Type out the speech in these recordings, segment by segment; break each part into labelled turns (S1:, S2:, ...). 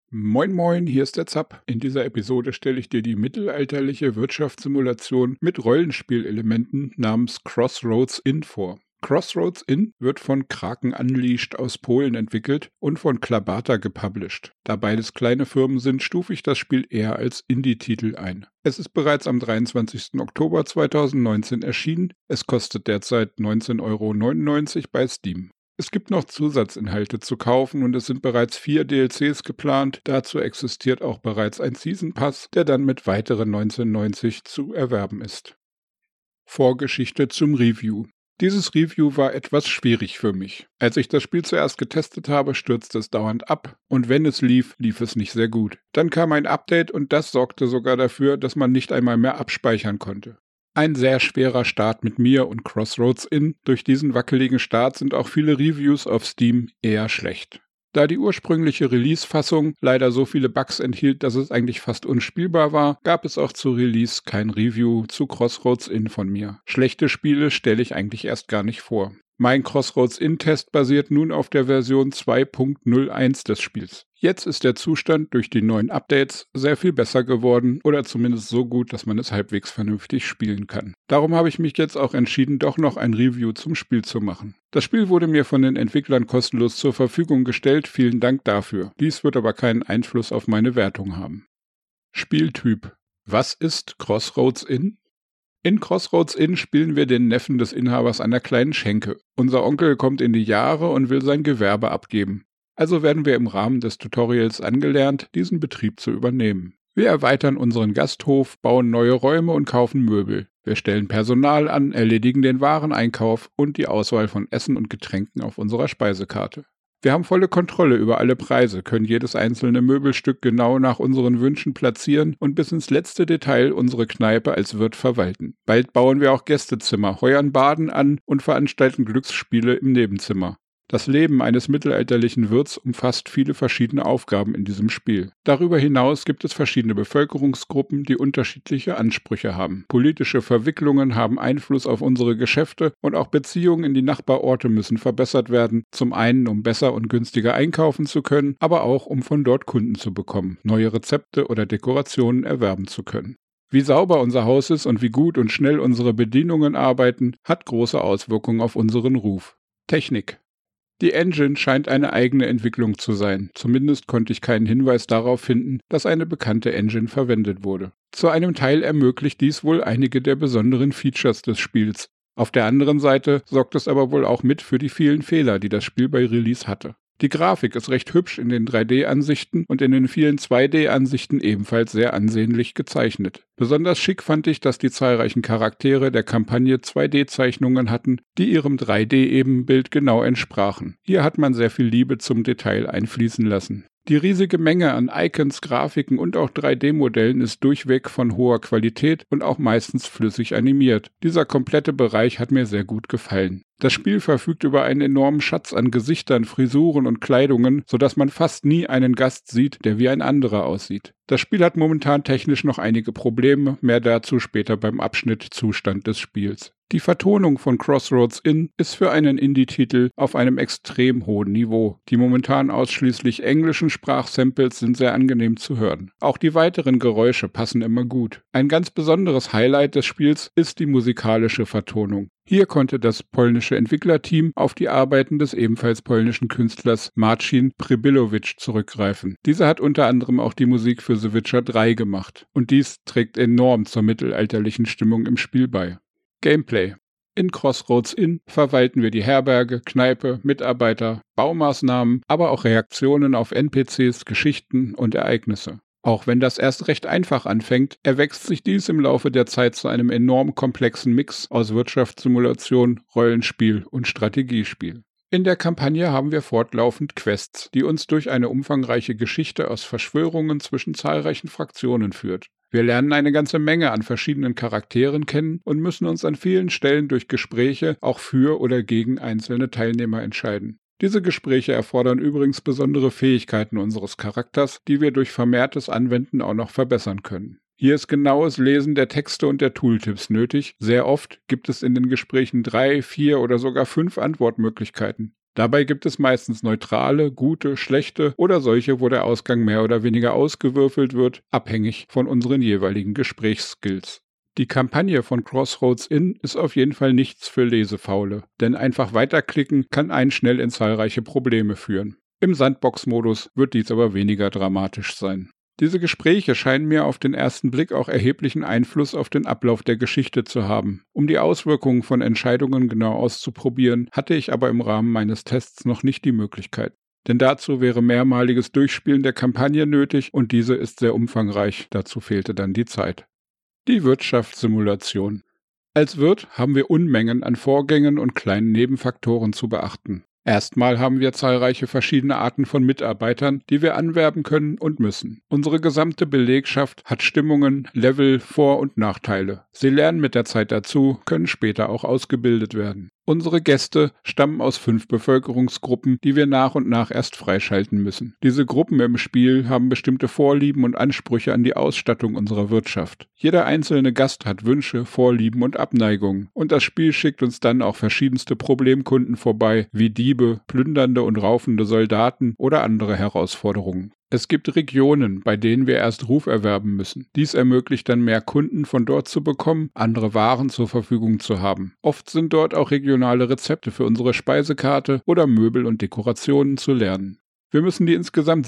S1: Moin Moin, hier ist der Zapp. In dieser Episode stelle ich dir die mittelalterliche Wirtschaftssimulation mit Rollenspielelementen namens Crossroads Inn vor. Crossroads Inn wird von Kraken Unleashed aus Polen entwickelt und von Klabata gepublished. Da beides kleine Firmen sind, stufe ich das Spiel eher als Indie-Titel ein. Es ist bereits am 23. Oktober 2019 erschienen. Es kostet derzeit 19,99 € bei Steam. Es gibt noch Zusatzinhalte zu kaufen und es sind bereits 4 DLCs geplant. Dazu existiert auch bereits ein Season Pass, der dann mit weiteren 19,90 € zu erwerben ist. Vorgeschichte zum Review. Dieses Review war etwas schwierig für mich. Als ich das Spiel zuerst getestet habe, stürzte es dauernd ab und wenn es lief, lief es nicht sehr gut. Dann kam ein Update und das sorgte sogar dafür, dass man nicht einmal mehr abspeichern konnte. Ein sehr schwerer Start mit mir und Crossroads Inn. Durch diesen wackeligen Start sind auch viele Reviews auf Steam eher schlecht. Da die ursprüngliche Release-Fassung leider so viele Bugs enthielt, dass es eigentlich fast unspielbar war, gab es auch zu Release kein Review zu Crossroads Inn von mir. Schlechte Spiele stelle ich eigentlich erst gar nicht vor. Mein Crossroads Inn-Test basiert nun auf der Version 2.01 des Spiels. Jetzt ist der Zustand durch die neuen Updates sehr viel besser geworden oder zumindest so gut, dass man es halbwegs vernünftig spielen kann. Darum habe ich mich jetzt auch entschieden, doch noch ein Review zum Spiel zu machen. Das Spiel wurde mir von den Entwicklern kostenlos zur Verfügung gestellt, vielen Dank dafür. Dies wird aber keinen Einfluss auf meine Wertung haben. Spieltyp. Was ist Crossroads Inn? In Crossroads Inn spielen wir den Neffen des Inhabers einer kleinen Schenke. Unser Onkel kommt in die Jahre und will sein Gewerbe abgeben. Also werden wir im Rahmen des Tutorials angelernt, diesen Betrieb zu übernehmen. Wir erweitern unseren Gasthof, bauen neue Räume und kaufen Möbel. Wir stellen Personal an, erledigen den Wareneinkauf und die Auswahl von Essen und Getränken auf unserer Speisekarte. Wir haben volle Kontrolle über alle Preise, können jedes einzelne Möbelstück genau nach unseren Wünschen platzieren und bis ins letzte Detail unsere Kneipe als Wirt verwalten. Bald bauen wir auch Gästezimmer, heuern Baden an und veranstalten Glücksspiele im Nebenzimmer. Das Leben eines mittelalterlichen Wirts umfasst viele verschiedene Aufgaben in diesem Spiel. Darüber hinaus gibt es verschiedene Bevölkerungsgruppen, die unterschiedliche Ansprüche haben. Politische Verwicklungen haben Einfluss auf unsere Geschäfte und auch Beziehungen in die Nachbarorte müssen verbessert werden. Zum einen, um besser und günstiger einkaufen zu können, aber auch, um von dort Kunden zu bekommen, neue Rezepte oder Dekorationen erwerben zu können. Wie sauber unser Haus ist und wie gut und schnell unsere Bedienungen arbeiten, hat große Auswirkungen auf unseren Ruf. Technik. Die Engine scheint eine eigene Entwicklung zu sein. Zumindest konnte ich keinen Hinweis darauf finden, dass eine bekannte Engine verwendet wurde. Zu einem Teil ermöglicht dies wohl einige der besonderen Features des Spiels. Auf der anderen Seite sorgt es aber wohl auch mit für die vielen Fehler, die das Spiel bei Release hatte. Die Grafik ist recht hübsch in den 3D-Ansichten und in den vielen 2D-Ansichten ebenfalls sehr ansehnlich gezeichnet. Besonders schick fand ich, dass die zahlreichen Charaktere der Kampagne 2D-Zeichnungen hatten, die ihrem 3D-Ebenbild genau entsprachen. Hier hat man sehr viel Liebe zum Detail einfließen lassen. Die riesige Menge an Icons, Grafiken und auch 3D-Modellen ist durchweg von hoher Qualität und auch meistens flüssig animiert. Dieser komplette Bereich hat mir sehr gut gefallen. Das Spiel verfügt über einen enormen Schatz an Gesichtern, Frisuren und Kleidungen, sodass man fast nie einen Gast sieht, der wie ein anderer aussieht. Das Spiel hat momentan technisch noch einige Probleme, mehr dazu später beim Abschnitt Zustand des Spiels. Die Vertonung von Crossroads Inn ist für einen Indie-Titel auf einem extrem hohen Niveau. Die momentan ausschließlich englischen Sprachsamples sind sehr angenehm zu hören. Auch die weiteren Geräusche passen immer gut. Ein ganz besonderes Highlight des Spiels ist die musikalische Vertonung. Hier konnte das polnische Entwicklerteam auf die Arbeiten des ebenfalls polnischen Künstlers Marcin Przybylowicz zurückgreifen. Dieser hat unter anderem auch die Musik für The Witcher 3 gemacht. Und dies trägt enorm zur mittelalterlichen Stimmung im Spiel bei. Gameplay. In Crossroads Inn verwalten wir die Herberge, Kneipe, Mitarbeiter, Baumaßnahmen, aber auch Reaktionen auf NPCs, Geschichten und Ereignisse. Auch wenn das erst recht einfach anfängt, erwächst sich dies im Laufe der Zeit zu einem enorm komplexen Mix aus Wirtschaftssimulation, Rollenspiel und Strategiespiel. In der Kampagne haben wir fortlaufend Quests, die uns durch eine umfangreiche Geschichte aus Verschwörungen zwischen zahlreichen Fraktionen führt. Wir lernen eine ganze Menge an verschiedenen Charakteren kennen und müssen uns an vielen Stellen durch Gespräche auch für oder gegen einzelne Teilnehmer entscheiden. Diese Gespräche erfordern übrigens besondere Fähigkeiten unseres Charakters, die wir durch vermehrtes Anwenden auch noch verbessern können. Hier ist genaues Lesen der Texte und der Tooltips nötig. Sehr oft gibt es in den Gesprächen 3, 4 oder sogar 5 Antwortmöglichkeiten. Dabei gibt es meistens neutrale, gute, schlechte oder solche, wo der Ausgang mehr oder weniger ausgewürfelt wird, abhängig von unseren jeweiligen Gesprächsskills. Die Kampagne von Crossroads Inn ist auf jeden Fall nichts für Lesefaule, denn einfach weiterklicken kann einen schnell in zahlreiche Probleme führen. Im Sandbox-Modus wird dies aber weniger dramatisch sein. Diese Gespräche scheinen mir auf den ersten Blick auch erheblichen Einfluss auf den Ablauf der Geschichte zu haben. Um die Auswirkungen von Entscheidungen genau auszuprobieren, hatte ich aber im Rahmen meines Tests noch nicht die Möglichkeit. Denn dazu wäre mehrmaliges Durchspielen der Kampagne nötig und diese ist sehr umfangreich, dazu fehlte dann die Zeit. Die Wirtschaftssimulation. Als Wirt haben wir Unmengen an Vorgängen und kleinen Nebenfaktoren zu beachten. Erstmal haben wir zahlreiche verschiedene Arten von Mitarbeitern, die wir anwerben können und müssen. Unsere gesamte Belegschaft hat Stimmungen, Level, Vor- und Nachteile. Sie lernen mit der Zeit dazu, können später auch ausgebildet werden. Unsere Gäste stammen aus 5 Bevölkerungsgruppen, die wir nach und nach erst freischalten müssen. Diese Gruppen im Spiel haben bestimmte Vorlieben und Ansprüche an die Ausstattung unserer Wirtschaft. Jeder einzelne Gast hat Wünsche, Vorlieben und Abneigungen. Und das Spiel schickt uns dann auch verschiedenste Problemkunden vorbei, wie Diebe, plündernde und raufende Soldaten oder andere Herausforderungen. Es gibt Regionen, bei denen wir erst Ruf erwerben müssen. Dies ermöglicht dann mehr Kunden von dort zu bekommen, andere Waren zur Verfügung zu haben. Oft sind dort auch regionale Rezepte für unsere Speisekarte oder Möbel und Dekorationen zu lernen. Wir müssen die insgesamt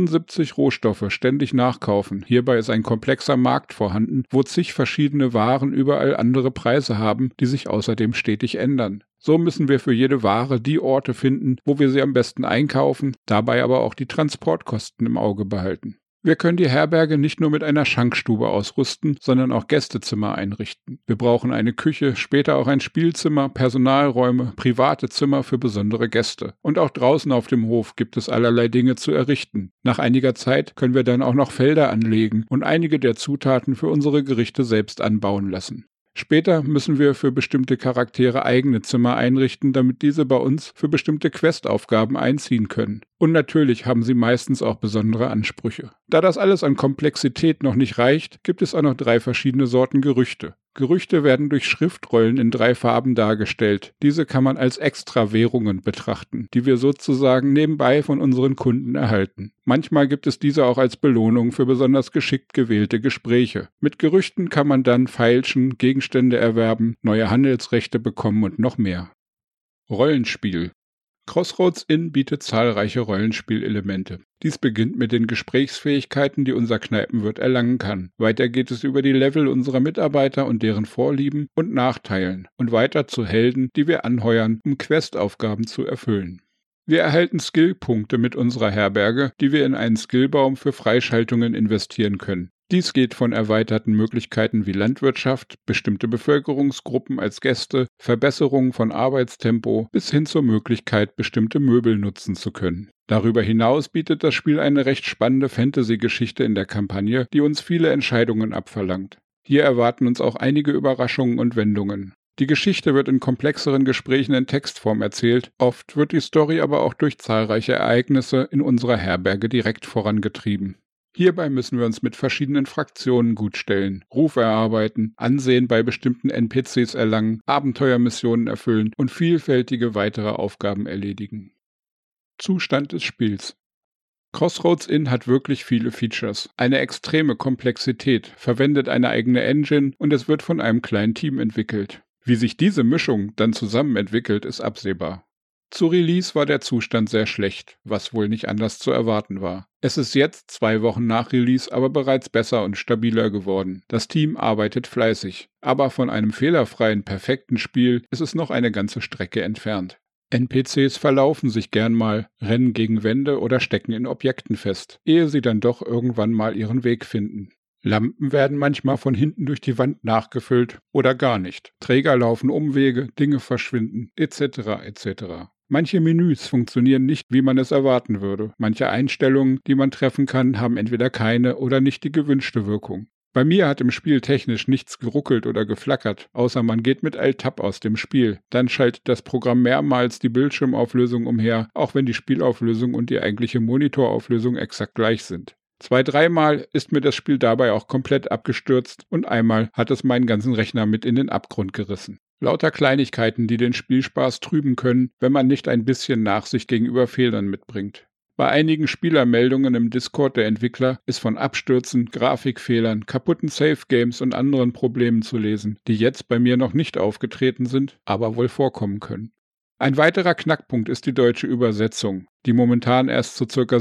S1: 77 Rohstoffe ständig nachkaufen. Hierbei ist ein komplexer Markt vorhanden, wo zig verschiedene Waren überall andere Preise haben, die sich außerdem stetig ändern. So müssen wir für jede Ware die Orte finden, wo wir sie am besten einkaufen, dabei aber auch die Transportkosten im Auge behalten. Wir können die Herberge nicht nur mit einer Schankstube ausrüsten, sondern auch Gästezimmer einrichten. Wir brauchen eine Küche, später auch ein Spielzimmer, Personalräume, private Zimmer für besondere Gäste. Und auch draußen auf dem Hof gibt es allerlei Dinge zu errichten. Nach einiger Zeit können wir dann auch noch Felder anlegen und einige der Zutaten für unsere Gerichte selbst anbauen lassen. Später müssen wir für bestimmte Charaktere eigene Zimmer einrichten, damit diese bei uns für bestimmte Questaufgaben einziehen können. Und natürlich haben sie meistens auch besondere Ansprüche. Da das alles an Komplexität noch nicht reicht, gibt es auch noch 3 verschiedene Sorten Gerüchte. Gerüchte werden durch Schriftrollen in 3 Farben dargestellt. Diese kann man als Extrawährungen betrachten, die wir sozusagen nebenbei von unseren Kunden erhalten. Manchmal gibt es diese auch als Belohnung für besonders geschickt gewählte Gespräche. Mit Gerüchten kann man dann feilschen, Gegenstände erwerben, neue Handelsrechte bekommen und noch mehr. Rollenspiel. Crossroads Inn bietet zahlreiche Rollenspielelemente. Dies beginnt mit den Gesprächsfähigkeiten, die unser Kneipenwirt erlangen kann. Weiter geht es über die Level unserer Mitarbeiter und deren Vorlieben und Nachteilen und weiter zu Helden, die wir anheuern, um Questaufgaben zu erfüllen. Wir erhalten Skillpunkte mit unserer Herberge, die wir in einen Skillbaum für Freischaltungen investieren können. Dies geht von erweiterten Möglichkeiten wie Landwirtschaft, bestimmte Bevölkerungsgruppen als Gäste, Verbesserungen von Arbeitstempo bis hin zur Möglichkeit, bestimmte Möbel nutzen zu können. Darüber hinaus bietet das Spiel eine recht spannende Fantasy-Geschichte in der Kampagne, die uns viele Entscheidungen abverlangt. Hier erwarten uns auch einige Überraschungen und Wendungen. Die Geschichte wird in komplexeren Gesprächen in Textform erzählt, oft wird die Story aber auch durch zahlreiche Ereignisse in unserer Herberge direkt vorangetrieben. Hierbei müssen wir uns mit verschiedenen Fraktionen gutstellen, Ruf erarbeiten, Ansehen bei bestimmten NPCs erlangen, Abenteuermissionen erfüllen und vielfältige weitere Aufgaben erledigen. Zustand des Spiels. Crossroads Inn hat wirklich viele Features, eine extreme Komplexität, verwendet eine eigene Engine und es wird von einem kleinen Team entwickelt. Wie sich diese Mischung dann zusammen entwickelt, ist absehbar. Zu Release war der Zustand sehr schlecht, was wohl nicht anders zu erwarten war. Es ist jetzt 2 Wochen nach Release aber bereits besser und stabiler geworden. Das Team arbeitet fleißig, aber von einem fehlerfreien, perfekten Spiel ist es noch eine ganze Strecke entfernt. NPCs verlaufen sich gern mal, rennen gegen Wände oder stecken in Objekten fest, ehe sie dann doch irgendwann mal ihren Weg finden. Lampen werden manchmal von hinten durch die Wand nachgefüllt oder gar nicht. Träger laufen Umwege, Dinge verschwinden, etc. etc. Manche Menüs funktionieren nicht, wie man es erwarten würde. Manche Einstellungen, die man treffen kann, haben entweder keine oder nicht die gewünschte Wirkung. Bei mir hat im Spiel technisch nichts geruckelt oder geflackert, außer man geht mit Alt-Tab aus dem Spiel. Dann schaltet das Programm mehrmals die Bildschirmauflösung umher, auch wenn die Spielauflösung und die eigentliche Monitorauflösung exakt gleich sind. 2-3 Mal ist mir das Spiel dabei auch komplett abgestürzt und einmal hat es meinen ganzen Rechner mit in den Abgrund gerissen. Lauter Kleinigkeiten, die den Spielspaß trüben können, wenn man nicht ein bisschen Nachsicht gegenüber Fehlern mitbringt. Bei einigen Spielermeldungen im Discord der Entwickler ist von Abstürzen, Grafikfehlern, kaputten Save-Games und anderen Problemen zu lesen, die jetzt bei mir noch nicht aufgetreten sind, aber wohl vorkommen können. Ein weiterer Knackpunkt ist die deutsche Übersetzung, die momentan erst zu ca.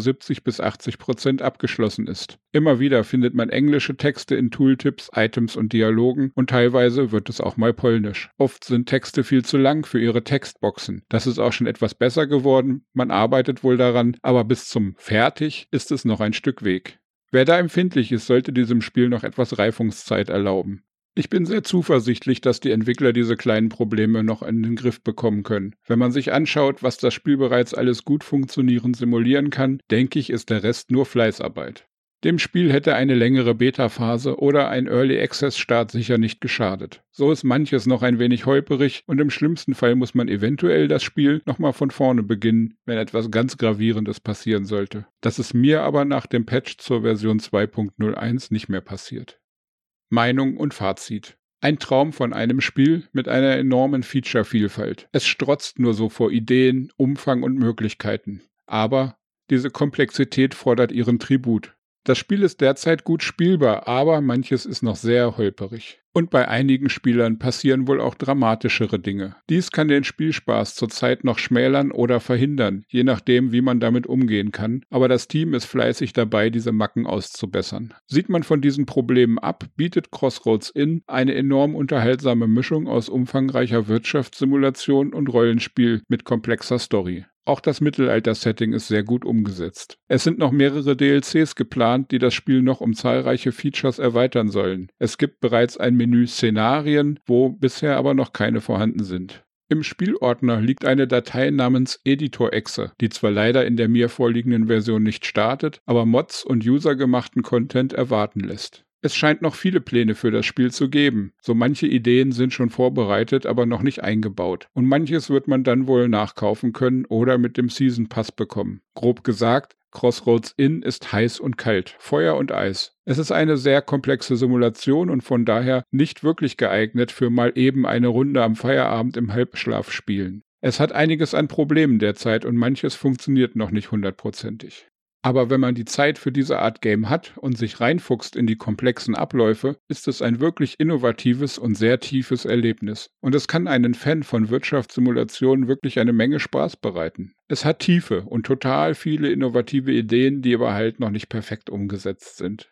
S1: 70-80% abgeschlossen ist. Immer wieder findet man englische Texte in Tooltips, Items und Dialogen und teilweise wird es auch mal polnisch. Oft sind Texte viel zu lang für ihre Textboxen. Das ist auch schon etwas besser geworden, man arbeitet wohl daran, aber bis zum Fertig ist es noch ein Stück Weg. Wer da empfindlich ist, sollte diesem Spiel noch etwas Reifungszeit erlauben. Ich bin sehr zuversichtlich, dass die Entwickler diese kleinen Probleme noch in den Griff bekommen können. Wenn man sich anschaut, was das Spiel bereits alles gut funktionierend simulieren kann, denke ich, ist der Rest nur Fleißarbeit. Dem Spiel hätte eine längere Beta-Phase oder ein Early-Access-Start sicher nicht geschadet. So ist manches noch ein wenig holperig und im schlimmsten Fall muss man eventuell das Spiel nochmal von vorne beginnen, wenn etwas ganz Gravierendes passieren sollte. Das ist mir aber nach dem Patch zur Version 2.01 nicht mehr passiert. Meinung und Fazit. Ein Traum von einem Spiel mit einer enormen Feature-Vielfalt. Es strotzt nur so vor Ideen, Umfang und Möglichkeiten. Aber diese Komplexität fordert ihren Tribut. Das Spiel ist derzeit gut spielbar, aber manches ist noch sehr holperig. Und bei einigen Spielern passieren wohl auch dramatischere Dinge. Dies kann den Spielspaß zurzeit noch schmälern oder verhindern, je nachdem, wie man damit umgehen kann, aber das Team ist fleißig dabei, diese Macken auszubessern. Sieht man von diesen Problemen ab, bietet Crossroads Inn eine enorm unterhaltsame Mischung aus umfangreicher Wirtschaftssimulation und Rollenspiel mit komplexer Story. Auch das Mittelalter-Setting ist sehr gut umgesetzt. Es sind noch mehrere DLCs geplant, die das Spiel noch um zahlreiche Features erweitern sollen. Es gibt bereits ein Menü Szenarien, wo bisher aber noch keine vorhanden sind. Im Spielordner liegt eine Datei namens Editor-Exe, die zwar leider in der mir vorliegenden Version nicht startet, aber Mods und usergemachten Content erwarten lässt. Es scheint noch viele Pläne für das Spiel zu geben. So manche Ideen sind schon vorbereitet, aber noch nicht eingebaut. Und manches wird man dann wohl nachkaufen können oder mit dem Season Pass bekommen. Grob gesagt, Crossroads Inn ist heiß und kalt, Feuer und Eis. Es ist eine sehr komplexe Simulation und von daher nicht wirklich geeignet für mal eben eine Runde am Feierabend im Halbschlaf spielen. Es hat einiges an Problemen derzeit und manches funktioniert noch nicht 100%. Aber wenn man die Zeit für diese Art Game hat und sich reinfuchst in die komplexen Abläufe, ist es ein wirklich innovatives und sehr tiefes Erlebnis. Und es kann einen Fan von Wirtschaftssimulationen wirklich eine Menge Spaß bereiten. Es hat Tiefe und total viele innovative Ideen, die aber halt noch nicht perfekt umgesetzt sind.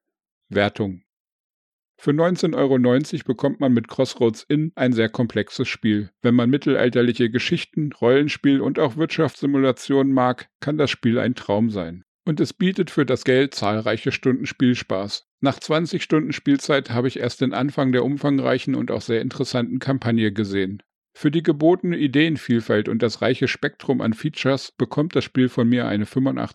S1: Wertung. Für 19,90 € bekommt man mit Crossroads Inn ein sehr komplexes Spiel. Wenn man mittelalterliche Geschichten, Rollenspiel und auch Wirtschaftssimulationen mag, kann das Spiel ein Traum sein. Und es bietet für das Geld zahlreiche Stunden Spielspaß. Nach 20 Stunden Spielzeit habe ich erst den Anfang der umfangreichen und auch sehr interessanten Kampagne gesehen. Für die gebotene Ideenvielfalt und das reiche Spektrum an Features bekommt das Spiel von mir eine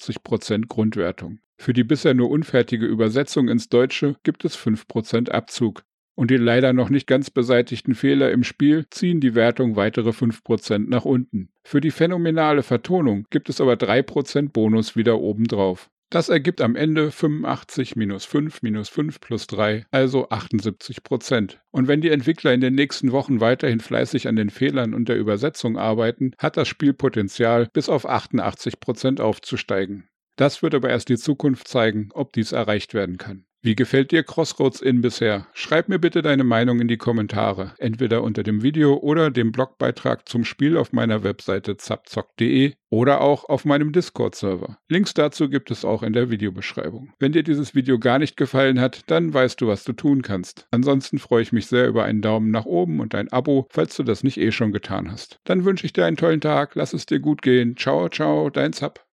S1: 85% Grundwertung. Für die bisher nur unfertige Übersetzung ins Deutsche gibt es 5% Abzug. Und die leider noch nicht ganz beseitigten Fehler im Spiel ziehen die Wertung weitere 5% nach unten. Für die phänomenale Vertonung gibt es aber 3% Bonus wieder obendrauf. Das ergibt am Ende 85 minus 5 minus 5 plus 3, also 78%. Und wenn die Entwickler in den nächsten Wochen weiterhin fleißig an den Fehlern und der Übersetzung arbeiten, hat das Spiel Potenzial, bis auf 88% aufzusteigen. Das wird aber erst die Zukunft zeigen, ob dies erreicht werden kann. Wie gefällt dir Crossroads Inn bisher? Schreib mir bitte deine Meinung in die Kommentare, entweder unter dem Video oder dem Blogbeitrag zum Spiel auf meiner Webseite zapzock.de oder auch auf meinem Discord-Server. Links dazu gibt es auch in der Videobeschreibung. Wenn dir dieses Video gar nicht gefallen hat, dann weißt du, was du tun kannst. Ansonsten freue ich mich sehr über einen Daumen nach oben und ein Abo, falls du das nicht schon getan hast. Dann wünsche ich dir einen tollen Tag, lass es dir gut gehen. Ciao, ciao, dein Zap.